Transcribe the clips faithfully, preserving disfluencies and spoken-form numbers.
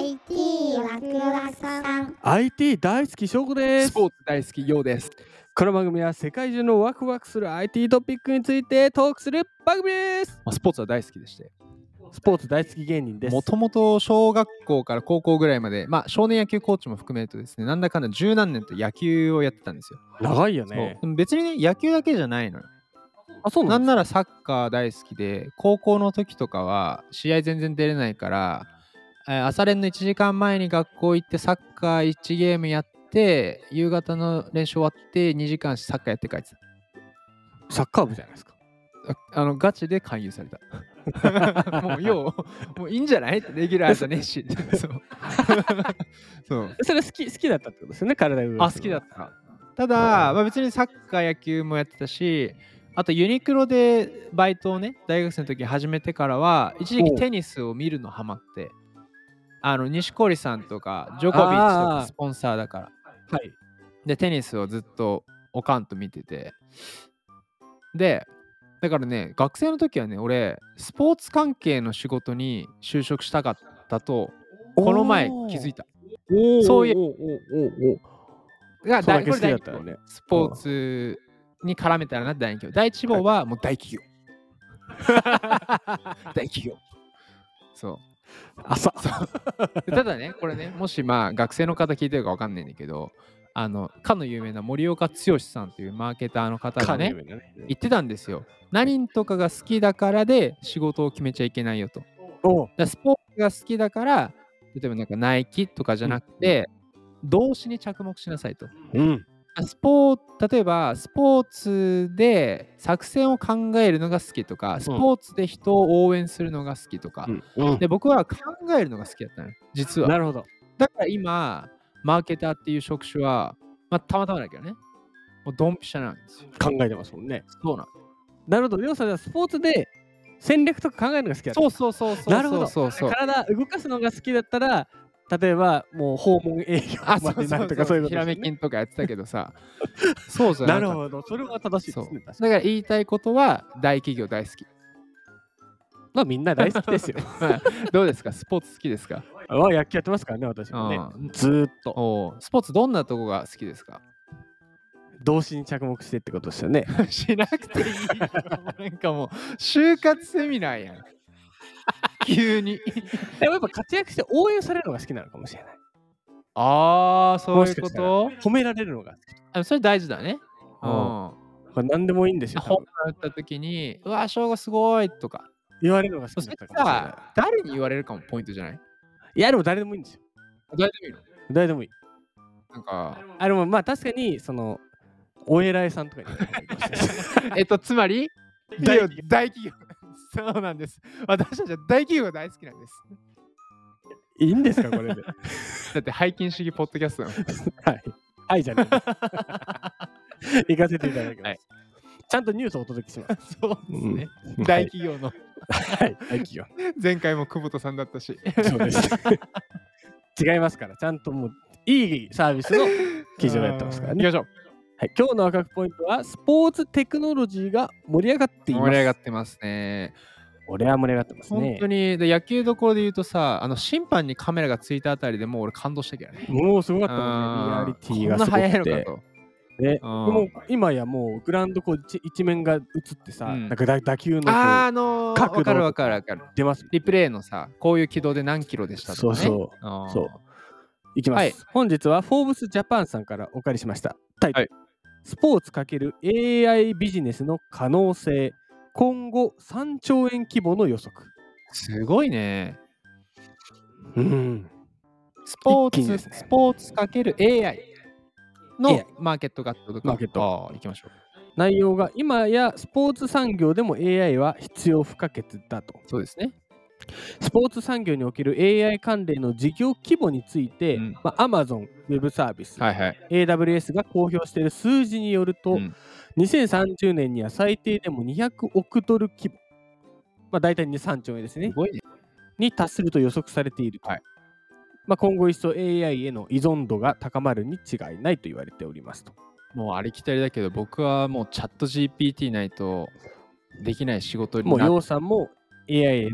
イティー ワクワクさん。 アイティー 大好き翔子です。 スポーツ大好きようです。 この番組は世界中のワクワクする アイティー トピックについてトークする番組です。 まあ、スポーツは大好きでして、 スポーツ大好き芸人です。 もともと小学校から高校ぐらいまで、まあ少年野球コーチも含めるとですね、なんだかんだ十何年と野球をやってたんですよ。 長いよね。 でも別にね、野球だけじゃないのよ。 あ、そうななんんならサッカー大好きで、高校の時とかは試合全然出れないから、えー朝練のいちじかんまえに学校行ってサッカーいちゲームやって、夕方の練習終わってにじかんサッカーやって帰ってサッカー部じゃないですか。 た。ああのガチで勧誘された。もうよう、もういいんじゃないってレギュラーじゃねえし。そうそうそれ好き好きだったってことですよね、体が。 あ、好きだった。ただ、まあ、別にサッカー野球もやってたし、あとユニクロでバイトをね、大学生の時始めてからは、一時期テニスを見るのハマって、あの錦織さんとかジョコビッチとあーかスポンサーだから。 はい。 で、テニスをずっとおかんと見てて。で、だからね、学生の時はね、俺、スポーツ関係の仕事に就職したかったと、この前気づいた。 おーそういうおーおーおーおーがそうだけ好きだ大これ大ったよね。 スポーツに絡めたらな第二希望。第一希望はもう大企業。大企業。そう。 朝。 ただね、これね、もしまあ学生の方聞いてるかわかんないんだけど、あの、かの有名な森岡剛さんというマーケターの方がね、言ってたんですよ。何とかが好きだからで仕事を決めちゃいけないよと。だかおうらスポーツが好きだから、例えばなんかナイキとかじゃなくて、動詞に着目しなさいと。 うん。 スポー例えばスポーツで作戦を考えるのが好きとか、スポーツで人を応援するのが好きとか、 うんうんで僕は考えるのが好きだったのよ、実は。 なるほど。 だから今、マーケターっていう職種は、まあ、たまたまだけどね、もうドンピシャなんですよ。 考えてますもんね。 そうなの。 なるほど。りょうさんはスポーツで戦略とか考えるのが好きだった。 そうそうそうそうなるほど。 そうそう。 体動かすのが好きだったら、例えばもう訪問営業あ、 まそうそうでなるとかそういうことひらめですね。 きんとかやってたけどさ、そうじゃなかった。 なるほど。それは正しいですね。確かだから言いたいことは、大企業大好き。 まあみんな大好きですよ。 どうですか、スポーツ好きですか？ あ野球やってますからね、私もね。 うんずーっとおスポーツどんなとこが好きですか？ 動詞に着目してってことですよね。 しなくていい。なんかもう、就活セミナーやん。急に。 でもやっぱ活躍して応援されるのが好きなのかもしれない。 ああ、そういうこもしかしたらと？ 褒められるのが好きとか。 あそれ大事だね。うん。 まあ何でもいいんですよ。多ホーム分ラン打った時に、うわ、翔吾すごいとか。 言われるのが好きそれだったかもしれない。 さ、誰に言われるかもポイントじゃない？ いやでも誰でもいいんですよ。 誰でもいいの？ 誰でもいい。 なんか、 あでもまあ確かにそのお偉いさんとかに言われるかもしれない。 えっと、つまり、 大大大企業。そうなんです。私たちは大企業が大好きなんです。 いいんですかこれで。 だって、背筋主義ポッドキャストなの。 はい。はいじゃねえ。行かせていただきます。 はいちゃんとニュースをお届けします。 そうですね。 うん大企業の。 はい。大企業。 前回も久保田さんだったし。 そうです。違いますから、ちゃんともういいサービスの記事をやってますからね。 行きましょう。 はい、今日の赤くポイントは、スポーツテクノロジーが盛り上がっています。 盛り上がってますね。 俺は盛り上がってますね。 本当にで野球どころで言うとさ、あの審判にカメラがついたあたりでもう俺感動したけどね。 もうすごかったもんね、リアリティがすごくて。 こんな早いのかと。 ね、 うんもう今やもうグラウンドこう一一面が映ってさ、 うんなんか打打球のこうあーあのー、 角度わかるわかるわかる。 出ます。 リプレイのさ、こういう軌道で何キロでしたとかね。 そうそうあーそういきます、 はい本日はフォーブスジャパンさんからお借りしましたタイトル、 はいスポーツ×エーアイ ビジネスの可能性、今後さんちょうえん規模の予測。 すごいね。 うんスポーツ、 一気にですねスポーツ ×エーアイ のエーアイマーケットがあったとか。 マーケットああ、行きましょう。 内容が今やスポーツ産業でも エーアイ は必要不可欠だと。 そうですね。 スポーツ産業における エーアイ 関連の事業規模について、 うんまあ、Amazon ウェブサービス、 はいはい。 エーダブリューエス が公表している数字によると、 うんにせんさんじゅうねんには最低でもにひゃくおくドル規模、まあ、大体さんちょうえんですねす、ごいね。 に達すると予測されていると。 はいまあ、今後一層 エーアイ への依存度が高まるに違いないと言われておりますと。 もうありきたりだけど、僕はもうチャット ジーピーティー ないとできない仕事にもう、 なっようさんも エーアイ への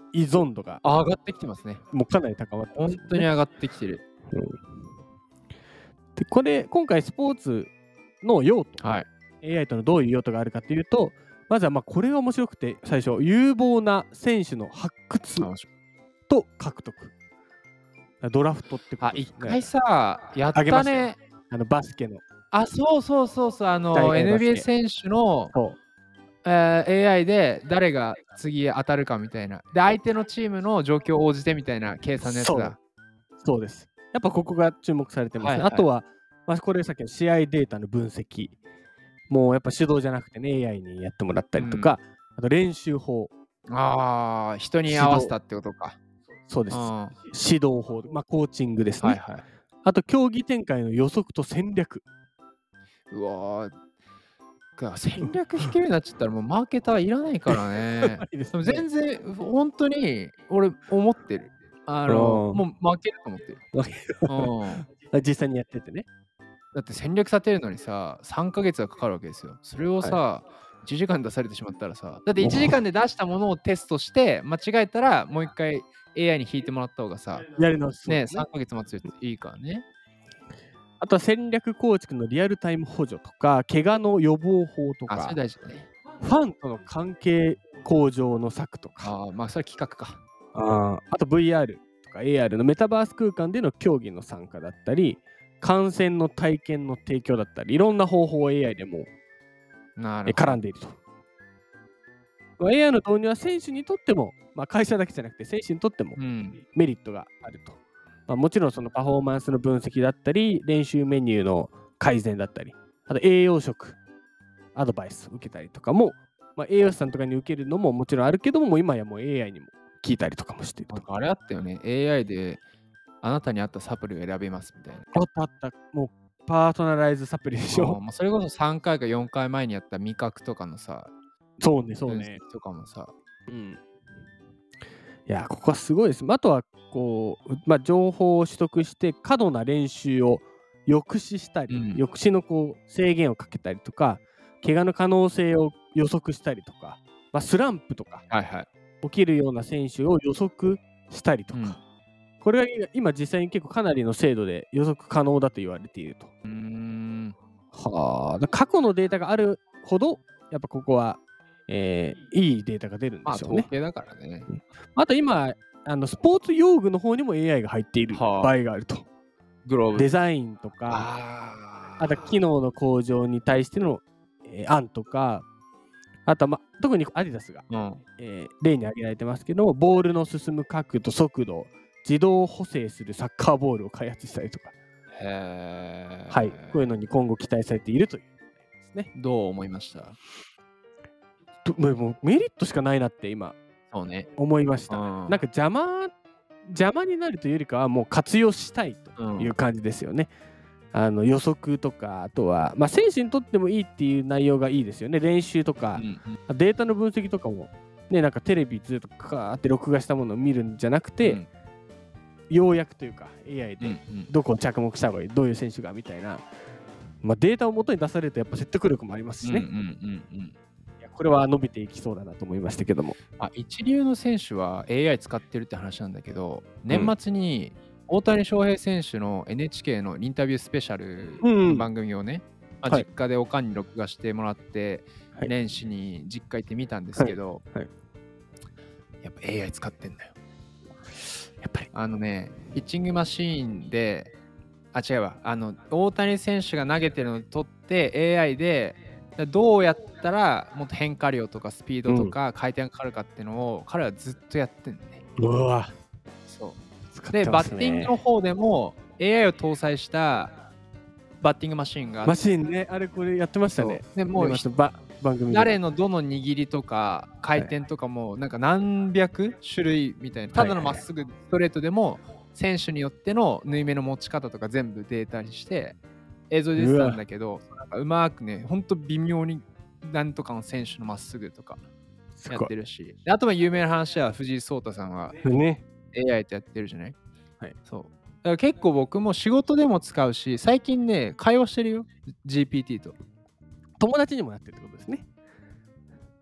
依存度が上がってきてますね。 もうかなり高まってま本すよね。 当に上がってきてる。 うんでこれ今回スポーツの用途、 はい。 エーアイ とのどういう用途があるかというと、まずはまあこれが面白くて、最初有望な選手の発掘あと獲得、ドラフトってこあ、 とですね。 一回さ、やっあげましたよたね。 あのバスケのあ、そうそうそうそう、あの、 大会バスケエヌビーエー 選手の、 そうえー エーアイ で誰が次当たるかみたいな。で、相手のチームの状況を応じてみたいな計算のやつだ。 そうです。やっぱここが注目されてますね。 はいはいあとは、まあ、これさっきの試合データの分析、もうやっぱ手動じゃなくてね、エーアイ にやってもらったりとか、あと練習法、 ああ、人に合わせたってことか。 そうです。 うん指導法、まあ、コーチングですね。 はいはい。 あと、競技展開の予測と戦略。 うわーが戦略引けるようになっちゃったらもうマーケターいらないからね。 いいですでもね全然本当に俺思ってる。あのうんもう負けると思ってる。うん、 実際にやっててね。 だって戦略立てるのにささんかげつはかかるわけですよ。それをさ、いちじかん出されてしまったらさ、だっていちじかんで出したものをテストして間違えたらもう一回 エーアイ に引いてもらった方がさ、 やり直しそうね、 ですさんかげつ待つよりいいからね。 あとは戦略構築のリアルタイム補助とか、怪我の予防法とあ、そかれ、大事だね。 ファンとの関係向上の策とか、 あーまあそれ企画か。 あーあと ブイアール とか エーアール のメタバース空間での競技の参加だったり、観戦の体験の提供だったり、いろんな方法を エーアイ でもえなるほど。 絡んでいると。まあ エーアイ の導入は選手にとっても、まあ、会社だけじゃなくて選手にとってもうん。 メリットがあると。まあ、もちろんそのパフォーマンスの分析だったり、練習メニューの改善だったり、あと栄養食、アドバイスを受けたりとかも、まあ、栄養士さんとかに受けるのももちろんあるけども、もう今やもう エーアイ にも聞いたりとかもしていると。 なんかあれあったよね。エーアイ であなたに合ったサプリを選べますみたいな。 あったあった、もうパーソナライズサプリでしあーょ。 もうそれこそさんかいかよんかいまえにやった味覚とかのさ、 そうね、そう分ね。 析とかもさ、 うん。いや、ここはすごいです。あとは、こう、まあ、情報を取得して、過度な練習を抑止したり、 うん抑止のこう制限をかけたりとか、怪我の可能性を予測したりとか、まあ、スランプとかはいはい。 起きるような選手を予測したりとか、 うんこれが今実際に結構かなりの精度で予測可能だと言われていると。 うーん。 はあ、だ過去のデータがあるほど、やっぱここは、えーいいデータが出るんまあでしょうね。 統計だからね。 あと今、あのスポーツ用具の方にも エーアイ が入っているはあ場合があると。 グローブ。 デザインとか、 ああとは機能の向上に対しての、えー案とか、あとは、ま、特にアディダスが、 うん。 えー例に挙げられてますけども、ボールの進む角度、速度、自動補正するサッカーボールを開発したりとか、 へーはい、こういうのに今後期待されているというですね。 どう思いました？ ともうもうメリットしかないなって今そうね。 思いました。 うんなんか邪魔邪魔になるというよりかはもう活用したいという感じですよね。あの予測とか、あとは、まあ、選手にとってもいいっていう内容がいいですよね。練習とかうん、うんデータの分析とかも、ね、なんかテレビずっとカーって録画したものを見るんじゃなくて、 うん要約というか エーアイうんうでんどこを着目した方がいい、どういう選手がみたいな、まあ、データを元に出されるとやっぱ説得力もありますしね。 うんうんうんうんいやこれは伸びていきそうだなと思いましたけども。 あ一流の選手は エーアイ 使ってるって話なんだけど、年末に大谷翔平選手の エヌエイチケー のインタビュースペシャルうんの番組をね、まあはい実家でおかんに録画してもらって、 はい年始に実家行ってみたんですけど、 はいはいやっぱ エーアイ 使ってんだよ。 やっぱりあのね、ピッチングマシーンで、あ、違うわ、あの、大谷選手が投げてるのを取って エーアイ で、どうやったらもっと変化量とかスピードとか回転がかかるかっていうのを彼はずっとやってんのね。 うわそう。 使っで、 てますバッティングねの方でも エーアイ を搭載したバッティングマシーンがあってマシンね、あれこれやってましたね。 そうでもう見ましたば番組で誰のどの握りとか回転とかもなんか何百種類みたいな、ただのまっすぐストレートでも選手によっての縫い目の持ち方とか全部データにして映像で出てたんだけど、なんかうまくね、ほんと微妙になんとかの選手のまっすぐとかすごいやってるし、であとは有名な話は藤井聡太さんはね。 エーアイ とやってるじゃない。 はい。 そう。だから結構僕も仕事でも使うし、最近ね、会話してるよ、ジーピーティー と。 友達にもなってるってことですね。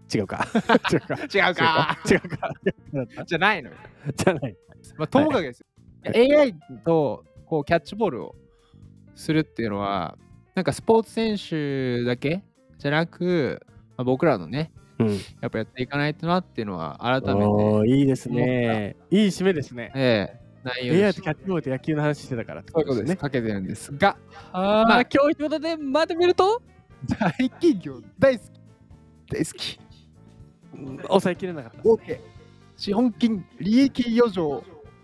違うか。違うか。 違うか違うか。違うか。 じゃないのよ。 じゃない。 まあ、ともかくですよ。エーアイ とこうキャッチボールをするっていうのは、なんかスポーツ選手だけじゃなく、まあ、僕らのね、 うん、 やっぱやっていかないとなっていうのは改めて。 おーいいですね。いい締めですね。 ええ、内容エーアイです。 とキャッチボールと野球の話してたからってそういうことです。 ね。 かけてるんですが、 あまあ今日ということで、まとめると、 大企業大好き。大好き。 うん抑えきれなかった。 OK。資本金、利益余剰、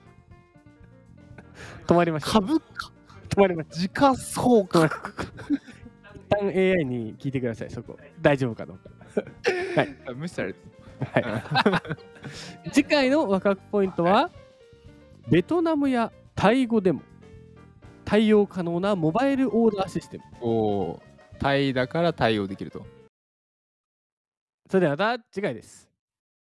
止まりました。 株価、 止まりました。 時価総額。 一旦 エーアイ に聞いてください、そこ。大丈夫かどうか。はい。 無視されてはい、次回のワクワクポイントは、ベトナムやタイ語でも対応可能なモバイルオーダーシステム。 おお、タイだから対応できると。 それではまた次回です。